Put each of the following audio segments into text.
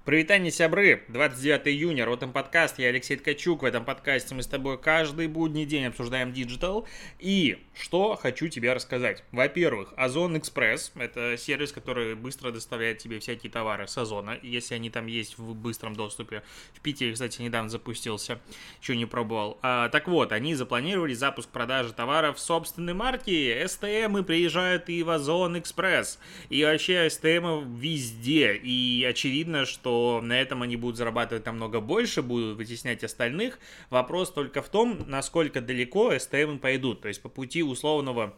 Привет, сябры! 29 июня, Ротом подкаст, я Алексей Ткачук. В этом подкасте мы с тобой каждый будний день обсуждаем диджитал. И что хочу тебе рассказать. Во-первых, Озон Экспресс — это сервис, который быстро доставляет тебе всякие товары с Озона, если они там есть в быстром доступе. В Питере, кстати, недавно запустился, еще не пробовал. Так вот, они запланировали запуск продажи товаров собственной марки. СТМы приезжают и в Озон Экспресс. И вообще СТМы везде. И очевидно, что на этом они будут зарабатывать намного больше, будут вытеснять остальных. Вопрос только в том, насколько далеко STM пойдут. То есть по пути условного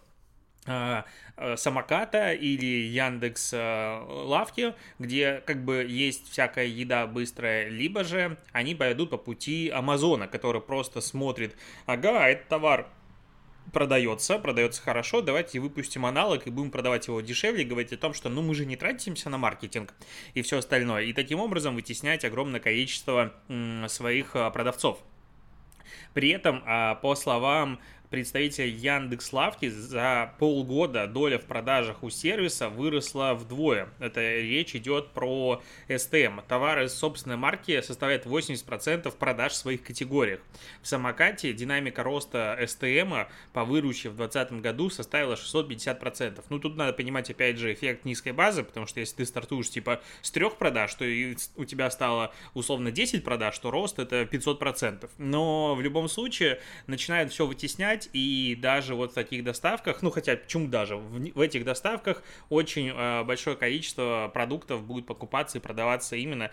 самоката или Яндекс лавки, где как бы есть всякая еда быстрая, либо же они пойдут по пути Амазона, который просто смотрит: ага, этот товар продается хорошо, давайте выпустим аналог и будем продавать его дешевле, говорить о том, что мы же не тратимся на маркетинг и все остальное, и таким образом вытеснять огромное количество своих продавцов. При этом, по словам представителя Яндекс.Лавки, за полгода доля в продажах у сервиса выросла вдвое. Это речь идет про STM. Товары собственной марки составляют 80% продаж в своих категориях. В самокате динамика роста STM по выручке в 2020 году составила 650%. Тут надо понимать, опять же, эффект низкой базы, потому что если ты стартуешь типа с 3 продаж, то и у тебя стало условно 10 продаж, то рост это 500%. Но в любом случае начинает все вытеснять. И даже вот в таких доставках, хотя почему даже, в этих доставках очень большое количество продуктов будет покупаться и продаваться именно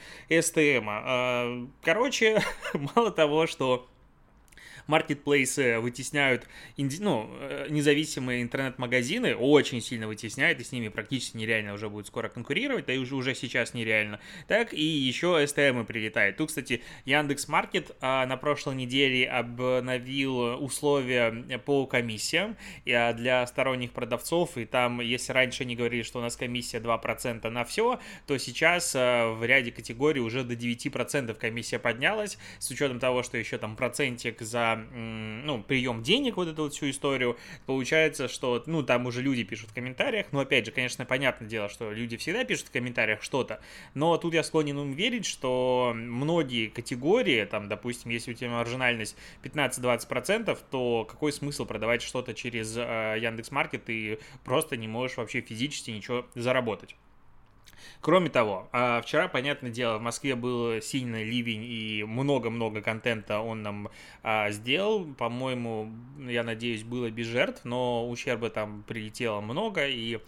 STM. Короче, мало того, что маркетплейсы вытесняют независимые интернет-магазины, очень сильно вытесняют, и с ними практически нереально уже будет скоро конкурировать, да и уже сейчас нереально. Так и еще STM прилетает. Тут, кстати, Яндекс.Маркет на прошлой неделе обновил условия по комиссиям для сторонних продавцов, и там, если раньше они говорили, что у нас комиссия 2% на все, то сейчас в ряде категорий уже до 9% комиссия поднялась, с учетом того, что еще там процентик за прием денег, вот эту вот всю историю. Получается, что, там уже люди пишут в комментариях, опять же, конечно, понятное дело, что люди всегда пишут в комментариях что-то, но тут я склонен им верить, что многие категории, там, допустим, если у тебя маржинальность 15-20%, то какой смысл продавать что-то через Яндекс.Маркет, ты просто не можешь вообще физически ничего заработать. Кроме того, вчера, понятное дело, в Москве был сильный ливень и много-много контента он нам сделал. По-моему, я надеюсь, было без жертв, но ущерба там прилетело много, и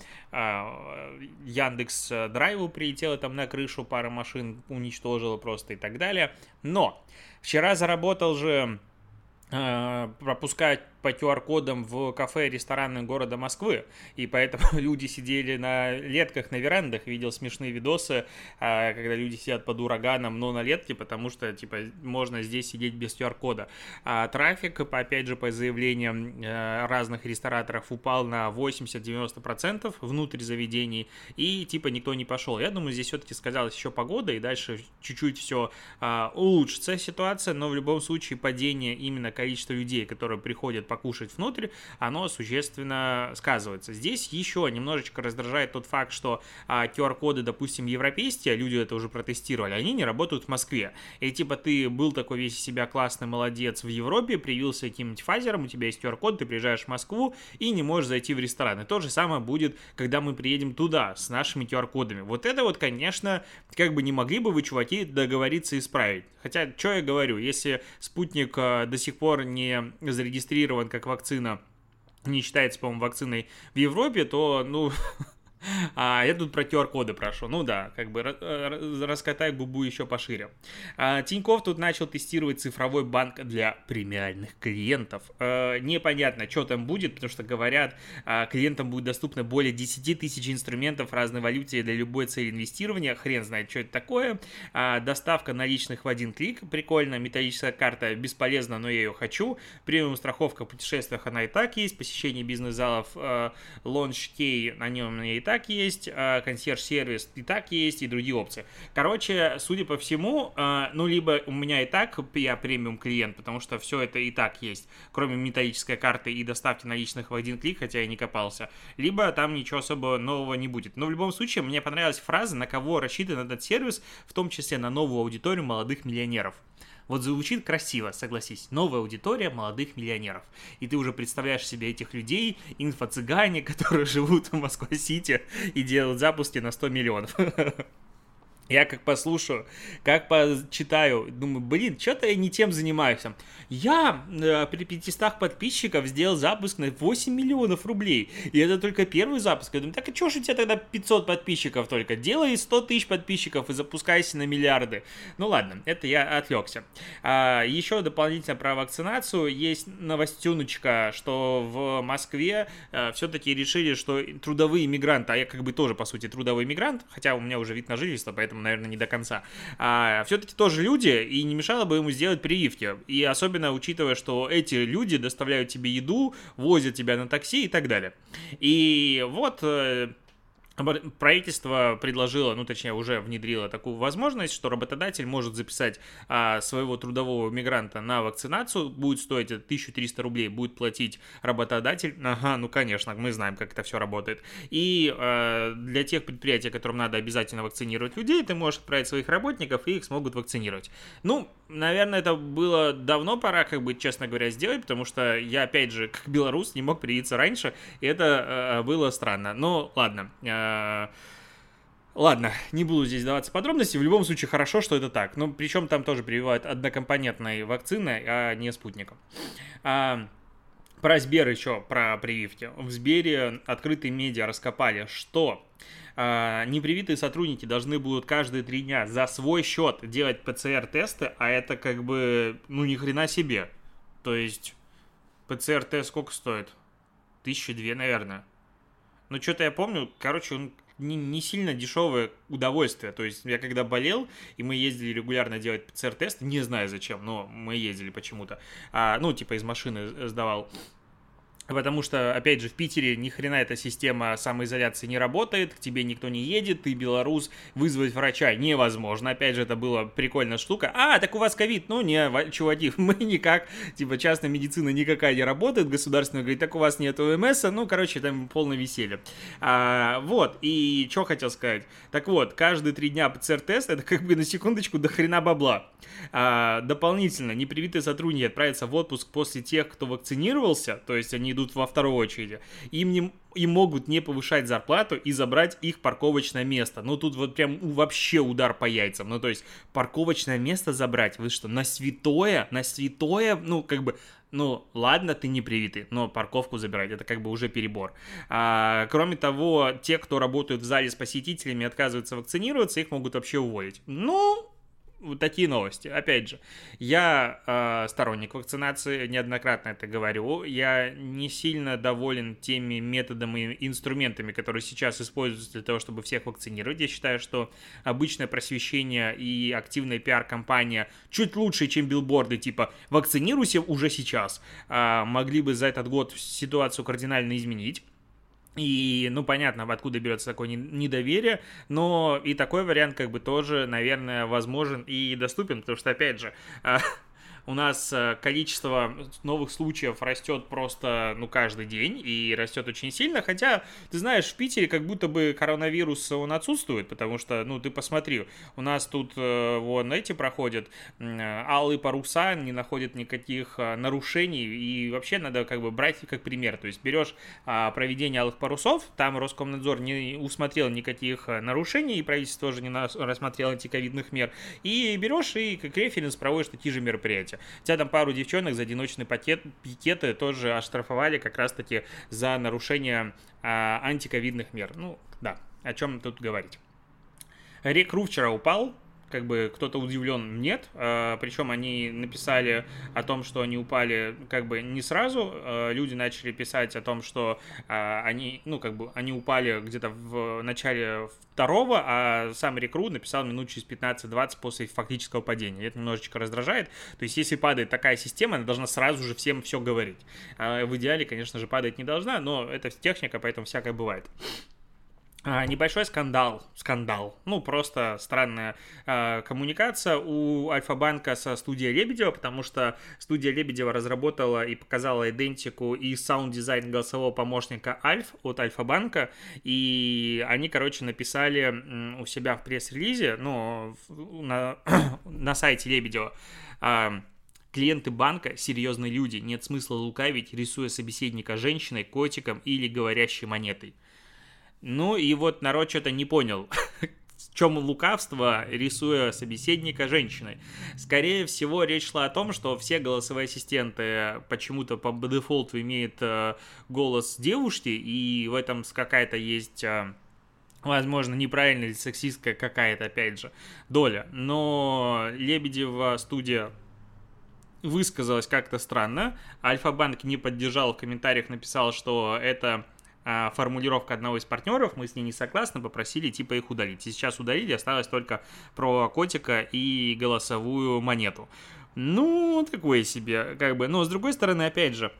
Яндекс Драйву прилетело там на крышу, пара машин уничтожило просто и так далее. Но вчера заработал же пропускать по QR-кодам в кафе и рестораны города Москвы, и поэтому люди сидели на летках, на верандах. Видел смешные видосы, когда люди сидят под ураганом, но на летке, потому что, можно здесь сидеть без QR-кода. Трафик, опять же, по заявлениям разных рестораторов, упал на 80-90% внутрь заведений, и, никто не пошел. Я думаю, здесь все-таки сказалась еще погода, и дальше чуть-чуть все улучшится ситуация, но в любом случае падение именно количества людей, которые приходят покушать внутрь, оно существенно сказывается. Здесь еще немножечко раздражает тот факт, что QR-коды, допустим, европейские, а люди это уже протестировали, они не работают в Москве. И ты был такой весь из себя классный молодец в Европе, привился каким-нибудь фазером, у тебя есть QR-код, ты приезжаешь в Москву и не можешь зайти в ресторан. И то же самое будет, когда мы приедем туда с нашими QR-кодами. Вот это вот, конечно, не могли бы вы, чуваки, договориться и исправить. Хотя, что я говорю, если спутник до сих пор не зарегистрирован как вакцина, не считается, по-моему, вакциной в Европе, то, я тут про QR-коды прошу. Раскатай губу еще пошире. Тинькофф тут начал тестировать цифровой банк для премиальных клиентов. Непонятно, что там будет, потому что, говорят, клиентам будет доступно более 10 тысяч инструментов в разной валюте для любой цели инвестирования. Хрен знает, что это такое. Доставка наличных в один клик. Прикольно. Металлическая карта бесполезна, но я ее хочу. Премиум страховка в путешествиях, она и так есть. Посещение бизнес-залов Launch Key, на нем мне и так так есть, консьерж-сервис и так есть, и другие опции. Короче, судя по всему, ну, либо у меня и так я премиум клиент, потому что все это и так есть, кроме металлической карты и доставки наличных в один клик, хотя я не копался, либо там ничего особо нового не будет. Но в любом случае, мне понравилась фраза, на кого рассчитан этот сервис, в том числе на новую аудиторию молодых миллионеров. Вот звучит красиво, согласись. Новая аудитория молодых миллионеров. И ты уже представляешь себе этих людей, инфо-цыгане, которые живут в Москва-Сити и делают запуски на 100 миллионов. Я как послушаю, как почитаю, думаю, блин, что-то я не тем занимаюсь. Я при 500 подписчиков сделал запуск на 8 миллионов рублей. И это только первый запуск. Я думаю, так а что же у тебя тогда 500 подписчиков только? Делай 100 тысяч подписчиков и запускайся на миллиарды. Ну ладно, это я отвлекся. Еще дополнительно про вакцинацию. Есть новостюночка, что в Москве все-таки решили, что трудовые мигранты, а я как бы тоже, по сути, трудовой мигрант, хотя у меня уже вид на жительство, поэтому, наверное, не до конца, все-таки тоже люди, и не мешало бы ему сделать прививки. И особенно учитывая, что эти люди доставляют тебе еду, возят тебя на такси и так далее. И вот правительство предложило, ну точнее уже внедрило такую возможность, что работодатель может записать своего трудового мигранта на вакцинацию, будет стоить 1300 рублей, будет платить работодатель. Ага, ну конечно, мы знаем, как это все работает. И для тех предприятий, которым надо обязательно вакцинировать людей, ты можешь отправить своих работников, и их смогут вакцинировать. Ну, наверное, это было давно пора, как бы, честно говоря, сделать, потому что я, опять же, как белорус, не мог привиться раньше, и это было странно. Но ладно. Ладно, не буду здесь даваться в подробности. В любом случае, хорошо, что это так. Но причем там тоже прививают однокомпонентной вакциной, а не спутником. Про Сбер еще, про прививки. В Сбере открытые медиа раскопали, что непривитые сотрудники должны будут каждые 3 дня за свой счет делать ПЦР-тесты, а это как бы, ну, ни хрена себе. То есть, ПЦР-тест сколько стоит? 1002, наверное. Ну, что-то я помню, короче, он не сильно дешевое удовольствие. То есть, я когда болел, и мы ездили регулярно делать ПЦР-тест, не знаю зачем, но мы ездили почему-то. Ну, типа из машины сдавал. Потому что, опять же, в Питере ни хрена эта система самоизоляции не работает, к тебе никто не едет, ты белорус, вызвать врача невозможно. Опять же, это была прикольная штука. Так у вас ковид? Ну, не, чуваки, мы никак, типа, частная медицина никакая не работает, государственная говорит, так у вас нет ОМС, ну, короче, там полное веселье. Вот, и что хотел сказать. Так вот, каждые 3 дня ПЦР-тест, это как бы на секундочку до хрена бабла. Дополнительно, непривитые сотрудники отправятся в отпуск после тех, кто вакцинировался, то есть они идут во второй очереди, им могут не повышать зарплату и забрать их парковочное место. Ну, тут вот прям вообще удар по яйцам. Ну, то есть, парковочное место забрать, вы что, на святое, ну, как бы, ну, ладно, ты не привитый, но парковку забирать, это как бы уже перебор. Кроме того, те, кто работают в зале с посетителями и отказываются вакцинироваться, их могут вообще уволить. Ну, вот такие новости. Опять же, я сторонник вакцинации, неоднократно это говорю. Я не сильно доволен теми методами и инструментами, которые сейчас используются для того, чтобы всех вакцинировать. Я считаю, что обычное просвещение и активная пиар-компания чуть лучше, чем билборды типа «вакцинируйся уже сейчас», могли бы за этот год ситуацию кардинально изменить. И, ну, понятно, откуда берется такое недоверие, но и такой вариант, как бы, тоже, наверное, возможен и доступен, потому что, опять же, у нас количество новых случаев растет просто, ну, каждый день, и растет очень сильно, хотя, ты знаешь, в Питере как будто бы коронавирус, он отсутствует, потому что, ну, ты посмотри, у нас тут, вон, эти проходят, алые паруса, не находят никаких нарушений, и вообще надо, как бы, брать как пример, то есть берешь проведение алых парусов, там Роскомнадзор не усмотрел никаких нарушений, и правительство тоже не рассмотрело антиковидных мер, и берешь и как референс проводишь такие же мероприятия. У тебя там пару девчонок за одиночные пикеты тоже оштрафовали как раз-таки за нарушение антиковидных мер. Ну, да, о чем тут говорить. Рек.ру вчера упал. Как бы кто-то удивлен, нет, причем они написали о том, что они упали как бы не сразу, люди начали писать о том, что они, ну, как бы они упали где-то в начале второго, а сам Рек.ру написал минут через 15-20 после фактического падения. Это немножечко раздражает, то есть если падает такая система, она должна сразу же всем все говорить. В идеале, конечно же, падать не должна, но это техника, поэтому всякое бывает. Небольшой скандал, ну, просто странная коммуникация у Альфа-банка со студией Лебедева, потому что студия Лебедева разработала и показала идентику и саунд-дизайн голосового помощника Альф от Альфа-банка, и они, короче, написали у себя в пресс-релизе, ну, на сайте Лебедева, клиенты банка – серьезные люди, нет смысла лукавить, рисуя собеседника женщиной, котиком или говорящей монетой. Ну и вот народ что-то не понял, в чем лукавство, рисуя собеседника женщиной. Скорее всего, речь шла о том, что все голосовые ассистенты почему-то по дефолту имеют голос девушки, и в этом какая-то есть... возможно, неправильная или сексистская какая-то, опять же, доля. Но Лебедева студия высказалась как-то странно. Альфа-банк не поддержал, в комментариях написал, что это формулировка одного из партнеров, мы с ней не согласны, попросили типа их удалить. И сейчас удалили, осталось только про котика и голосовую монету. Ну, такое себе, как бы. Но с другой стороны, опять же,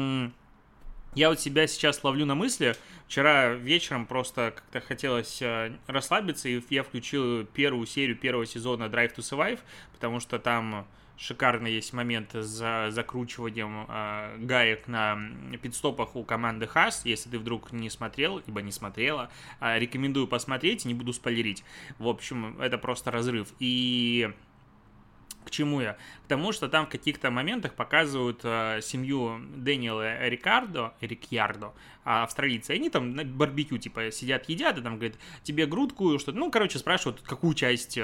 я вот себя сейчас ловлю на мысли. Вчера вечером просто как-то хотелось расслабиться, и я включил первую серию первого сезона Drive to Survive, потому что там шикарный есть момент с закручиванием гаек на пидстопах у команды Haas. Если ты вдруг не смотрел, либо не смотрела, рекомендую посмотреть, не буду спойлерить. В общем, это просто разрыв. И к чему я? К тому, что там в каких-то моментах показывают семью Дэниела Рикьярдо, австралийцы, и они там на барбекю, типа, сидят, едят, и там говорят, тебе грудку, что-то, ну, короче, спрашивают, какую часть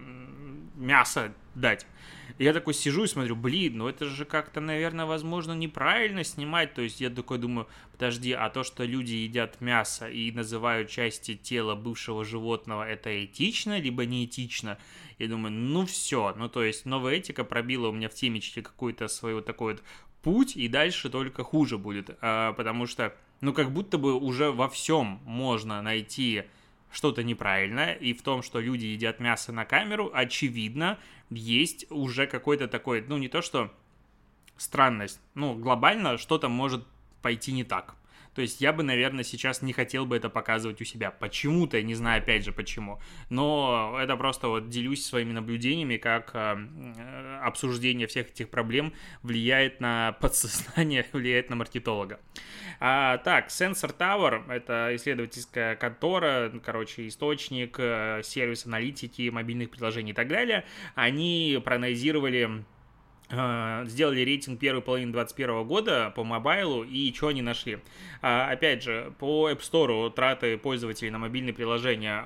мяса дать. И я такой сижу и смотрю, блин, ну это же как-то, наверное, возможно, неправильно снимать. То есть я такой думаю, подожди, а то, что люди едят мясо и называют части тела бывшего животного, это этично, либо неэтично? Я думаю, ну все, ну то есть новая этика пробила у меня в темечке какой-то свой вот такой вот путь, и дальше только хуже будет. Потому что, ну как будто бы уже во всем можно найти что-то неправильное, и в том, что люди едят мясо на камеру, очевидно, есть уже какой-то такой, ну не то что странность, ну глобально что-то может пойти не так. То есть я бы, наверное, сейчас не хотел бы это показывать у себя. Почему-то, я не знаю, опять же, почему. Но это просто вот делюсь своими наблюдениями, как обсуждение всех этих проблем влияет на подсознание, влияет на маркетолога. Так, Sensor Tower — это исследовательская контора, короче, источник, сервис аналитики, мобильных приложений и так далее. Они проанализировали, сделали рейтинг первой половины 2021 года по мобайлу, и что они нашли. Опять же, по App Store траты пользователей на мобильные приложения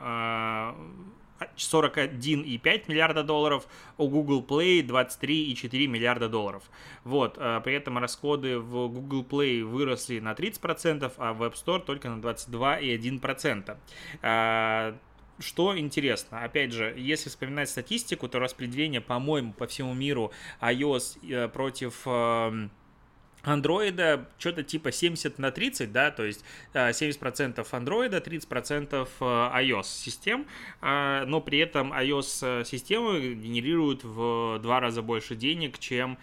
41,5 миллиарда долларов, у Google Play 23,4 миллиарда долларов. Вот, при этом расходы в Google Play выросли на 30%, а в App Store только на 22,1%. Что интересно, опять же, если вспоминать статистику, то распределение, по-моему, по всему миру iOS против андроида что-то типа 70/30, да, то есть 70% андроида, 30% iOS-систем, но при этом iOS-системы генерируют в 2 раза больше денег, чем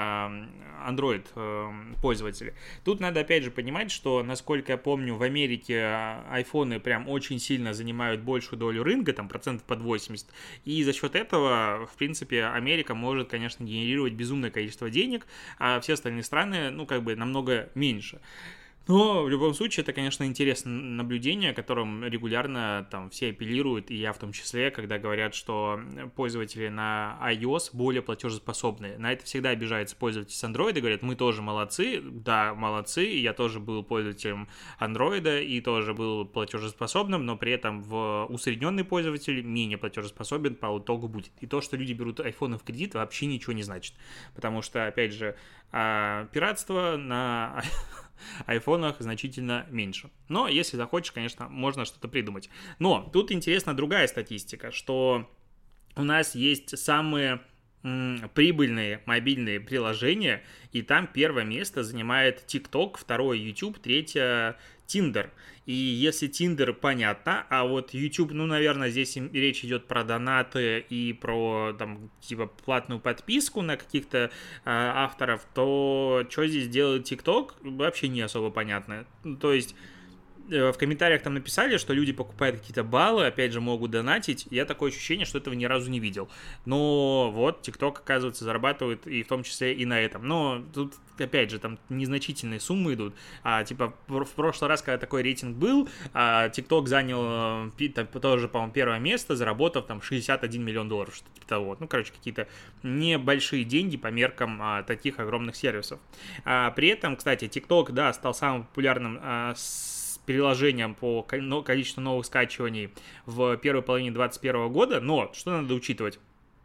Android-пользователи. Тут надо опять же понимать, что, насколько я помню, в Америке айфоны прям очень сильно занимают большую долю рынка, там процентов под 80, и за счет этого, в принципе, Америка может, конечно, генерировать безумное количество денег, а все остальные страны, ну, как бы намного меньше. Но в любом случае это, конечно, интересное наблюдение, которым регулярно там все апеллируют, и я в том числе, когда говорят, что пользователи на iOS более платежеспособные. На это всегда обижаются пользователи с Android и говорят, мы тоже молодцы, да, молодцы, я тоже был пользователем Android и тоже был платежеспособным, но при этом усредненный пользователь менее платежеспособен по итогу будет. И то, что люди берут айфоны в кредит, вообще ничего не значит, потому что, опять же, пиратство на айфонах значительно меньше. Но если захочешь, конечно, можно что-то придумать. Но тут интересна другая статистика, что у нас есть самые прибыльные мобильные приложения, и там первое место занимает TikTok, второе YouTube, третье Tinder. И если Tinder, понятно, а вот YouTube, ну, наверное, здесь речь идет про донаты и про, там, типа, платную подписку на каких-то авторов, то что здесь делает TikTok, вообще не особо понятно. То есть в комментариях там написали, что люди покупают какие-то баллы, опять же, могут донатить. Я такое ощущение, что этого ни разу не видел. Но вот, TikTok, оказывается, зарабатывает и в том числе и на этом. Но тут, опять же, там незначительные суммы идут. Типа, в прошлый раз, когда такой рейтинг был, TikTok занял тоже, по-моему, первое место, заработав там $61 миллион, что-то типа того. Ну, короче, какие-то небольшие деньги по меркам таких огромных сервисов. При этом, кстати, TikTok, да, стал самым популярным приложением по количеству новых скачиваний в первой половине 2021 года, но что надо учитывать?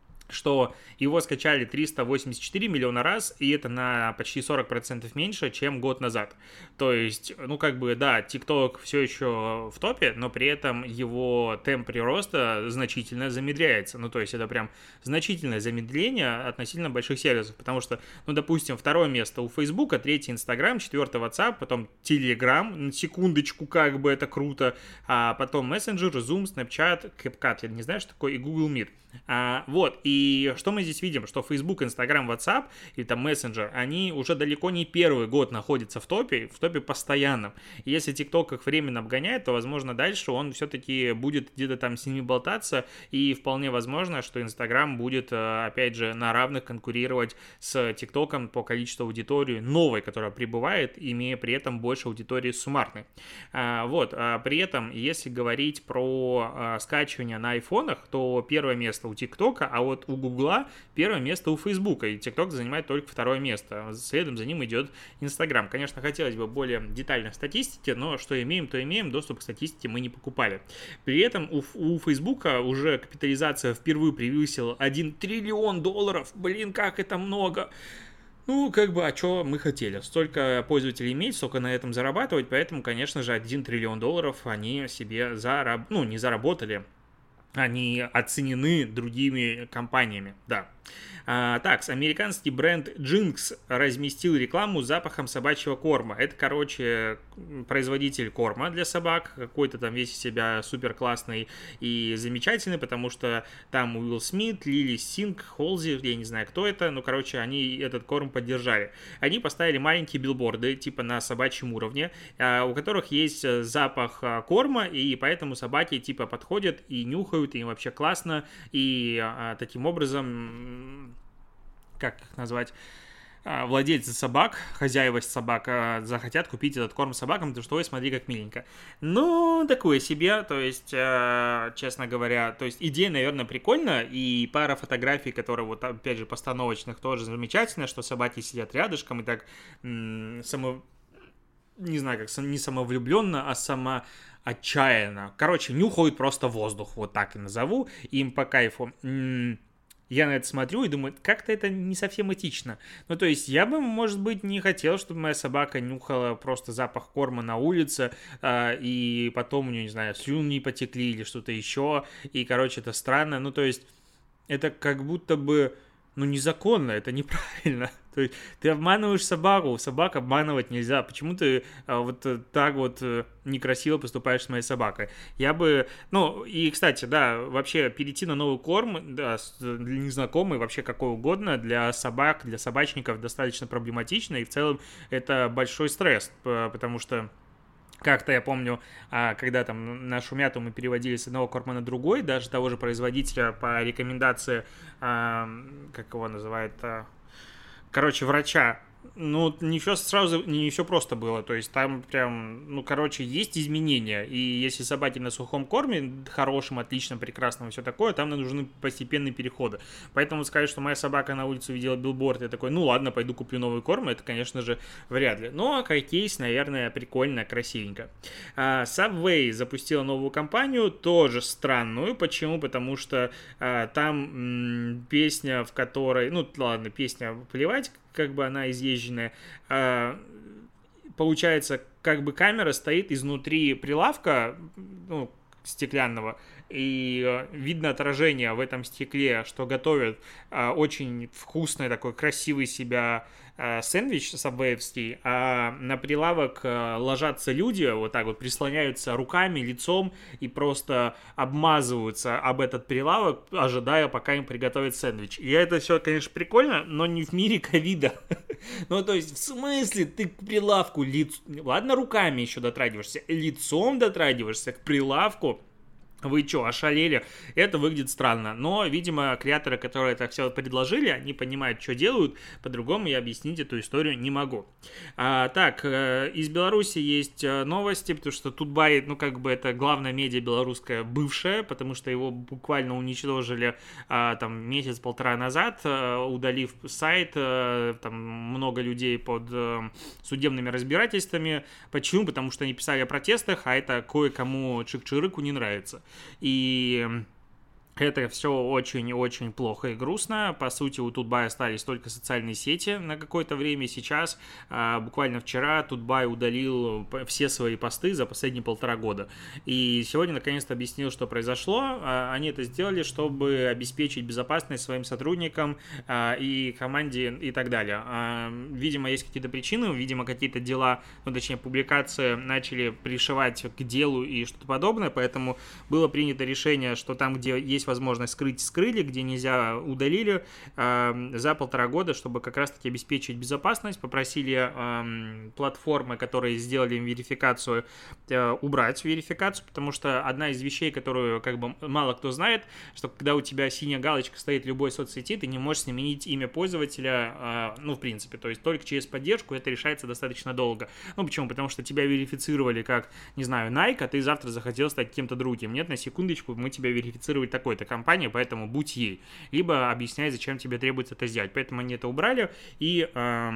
Что его скачали 384 миллиона раз, и это на почти 40% меньше, чем год назад. То есть, ну, как бы, да, TikTok все еще в топе, но при этом его темп прироста значительно замедляется. Ну, то есть, это прям значительное замедление относительно больших сервисов, потому что, ну, допустим, второе место у Facebook, третье Instagram, четвертое WhatsApp, потом Telegram, на секундочку, как бы это круто, а потом Messenger, Zoom, Snapchat, CapCut, я не знаю, что такое, и Google Meet. Вот, и что мы здесь видим, что Facebook, Instagram, WhatsApp или там Messenger, они уже далеко не первый год находятся в топе постоянном. И если TikTok их временно обгоняет, то, возможно, дальше он все-таки будет где-то там с ними болтаться, и вполне возможно, что Instagram будет, опять же, на равных конкурировать с TikTok по количеству аудитории новой, которая прибывает, имея при этом больше аудитории суммарной. Вот, при этом, если говорить про скачивание на айфонах, то первое место у ТикТока, а вот у Гугла первое место у Фейсбука, и ТикТок занимает только второе место. Следом за ним идет Инстаграм. Конечно, хотелось бы более детальной статистики, но что имеем, то имеем, доступ к статистике мы не покупали. При этом у Фейсбука уже капитализация впервые превысила $1 триллион. Блин, как это много! Ну, как бы, а что мы хотели? Столько пользователей иметь, столько на этом зарабатывать, поэтому, конечно же, $1 триллион они себе не заработали, они оценены другими компаниями, да. Так, американский бренд Jinx разместил рекламу с запахом собачьего корма. Это, короче, производитель корма для собак, какой-то там весь из себя супер классный и замечательный, потому что там Уилл Смит, Лили Синг, Холзи, я не знаю, кто это, но, короче, они этот корм поддержали. Они поставили маленькие билборды, типа на собачьем уровне, у которых есть запах корма, и поэтому собаки, типа, подходят и нюхают, и им вообще классно, и таким образом, как их назвать, владельцы собак, хозяева собак захотят купить этот корм собакам, потому что, ой, смотри, как миленько. Ну, такое себе, то есть, честно говоря, то есть идея, наверное, прикольная, и пара фотографий, которые вот, опять же, постановочных, тоже замечательно, что собаки сидят рядышком и так не знаю, как не самовлюбленно, а отчаянно. Короче, нюхают просто воздух, вот так и назову, им по кайфу. Я на это смотрю и думаю, как-то это не совсем этично. Ну, то есть, я бы, может быть, не хотел, чтобы моя собака нюхала просто запах корма на улице, и потом у нее, не знаю, слюни потекли или что-то еще, и, короче, это странно. Ну, то есть, это как будто бы, незаконно, это неправильно. То есть ты обманываешь собаку, собак обманывать нельзя. Почему ты вот так вот некрасиво поступаешь с моей собакой? Я бы, и, кстати, да, вообще перейти на новый корм, да, для незнакомый, вообще какой угодно, для собак, для собачников достаточно проблематично, и в целом это большой стресс, потому что как-то я помню, когда там нашу мяту мы переводили с одного корма на другой, даже того же производителя по рекомендации, как его называют, короче, врача, не все просто было, то есть там прям, есть изменения, и если собаки на сухом корме, хорошем, отличном, прекрасном, все такое, там нужны постепенные переходы, поэтому сказать, что моя собака на улице увидела билборд, я такой, ладно, пойду куплю новый корм, это, конечно же, вряд ли, но как есть, наверное, прикольно, красивенько. Subway запустила новую кампанию, тоже странную, почему? Потому что там песня, в которой, песня плевать, как бы она изъезженная, получается, как бы камера стоит изнутри прилавка, стеклянного, и видно отражение в этом стекле, что готовят очень вкусный такой красивый себя сэндвич сабвеевский, а на прилавок ложатся люди, вот так вот прислоняются руками, лицом и просто обмазываются об этот прилавок, ожидая, пока им приготовят сэндвич. И это все, конечно, прикольно, но не в мире ковида. Ну, то есть, в смысле, ты к прилавку ладно, руками еще дотрагиваешься, лицом дотрагиваешься к прилавку? Вы что, ошалели? Это выглядит странно. Но, видимо, креаторы, которые это все предложили, они понимают, что делают. По-другому я объяснить эту историю не могу. Так, из Беларуси есть новости, потому что Тутбай, ну, как бы это главная медиа белорусская бывшая, потому что его буквально уничтожили там месяц-полтора назад, удалив сайт, там много людей под судебными разбирательствами. Почему? Потому что они писали о протестах, а это кое-кому чик-чирыку не нравится. И это все очень-очень плохо и грустно. По сути, у Тутбая остались только социальные сети на какое-то время. Сейчас, буквально вчера, Тутбай удалил все свои посты за последние 1,5 года. И сегодня, наконец-то, объяснил, что произошло. Они это сделали, чтобы обеспечить безопасность своим сотрудникам и команде и так далее. Видимо, есть какие-то причины, видимо, какие-то дела, ну, точнее, публикации начали пришивать к делу и что-то подобное, поэтому было принято решение, что там, где есть возможность скрыть, скрыли, где нельзя, удалили за 1,5 года, чтобы как раз-таки обеспечить безопасность. Попросили платформы, которые сделали им верификацию, убрать верификацию, потому что одна из вещей, которую как бы мало кто знает, что когда у тебя синяя галочка стоит в любой соцсети, ты не можешь сменить имя пользователя, ну, в принципе, то есть только через поддержку. Это решается достаточно долго. Ну, почему? Потому что тебя верифицировали как, не знаю, Nike, а ты завтра захотел стать кем-то другим. Нет, на секундочку, мы тебя верифицировали такой-то компания, поэтому будь ей. Либо объясняй, зачем тебе требуется это сделать. Поэтому они это убрали, и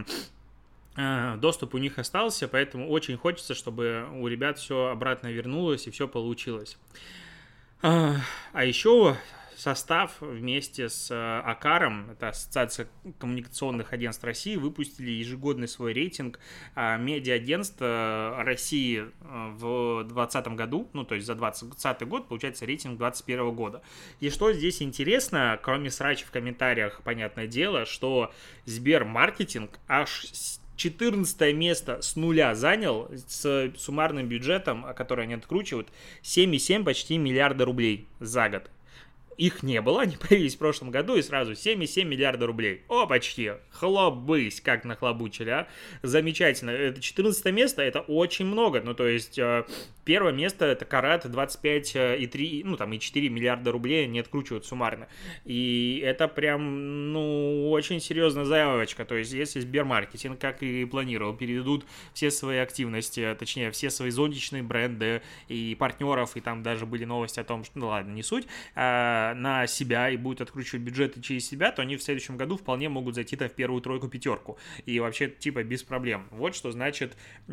доступ у них остался, поэтому очень хочется, чтобы у ребят все обратно вернулось и все получилось. А еще состав вместе с АКАРом, это Ассоциация коммуникационных агентств России, выпустили ежегодный свой рейтинг медиа-агентств России в 2020 году, ну, то есть за 2020 год, получается, рейтинг 2021 года. И что здесь интересно, кроме срача в комментариях, понятное дело, что Сбермаркетинг аж 14 место с нуля занял с суммарным бюджетом, который они откручивают, 7,7 почти миллиарда рублей за год. Их не было, они появились в прошлом году, и сразу 7,7 миллиарда рублей. О, почти. Хлобысь, как нахлобучили, а. Замечательно. Это 14 место, это очень много. Ну, то есть, первое место, это Карат, 25,3, ну, там, и 4 миллиарда рублей они откручивают суммарно. И это прям, ну, очень серьезная заявочка. То есть, если Сбермаркетинг, как и планировал, переведут все свои активности, точнее, все свои зонтичные бренды и партнеров, и там даже были новости о том, что, ну, ладно, не суть, на себя и будут откручивать бюджеты через себя, то они в следующем году вполне могут зайти-то в первую тройку-пятерку. И вообще, типа, без проблем. Вот что значит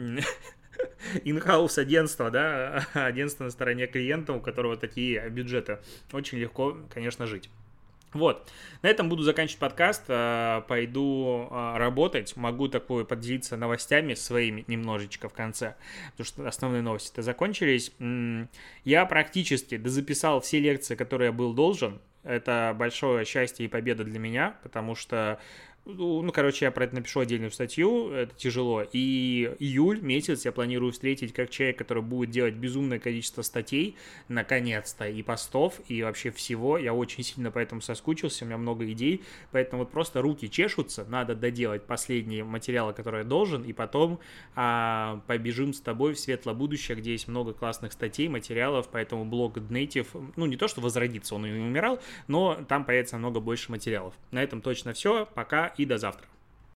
in-house агентство, да, агентство на стороне клиента, у которого такие бюджеты. Очень легко, конечно, жить. Вот, на этом буду заканчивать подкаст, пойду работать, могу такое поделиться новостями своими немножечко в конце, потому что основные новости-то закончились. Я практически дозаписал все лекции, которые я был должен, это большое счастье и победа для меня, потому что ну, короче, я про это напишу отдельную статью, это тяжело. И июль месяц я планирую встретить как человек, который будет делать безумное количество статей, наконец-то, и постов, и вообще всего. Я очень сильно поэтому соскучился, у меня много идей, поэтому вот просто руки чешутся, надо доделать последние материалы, которые я должен, и потом побежим с тобой в светлое будущее, где есть много классных статей, материалов, поэтому блог Native, ну, не то, что возродится, он и не умирал, но там появится намного больше материалов. На этом точно все, пока и до завтра.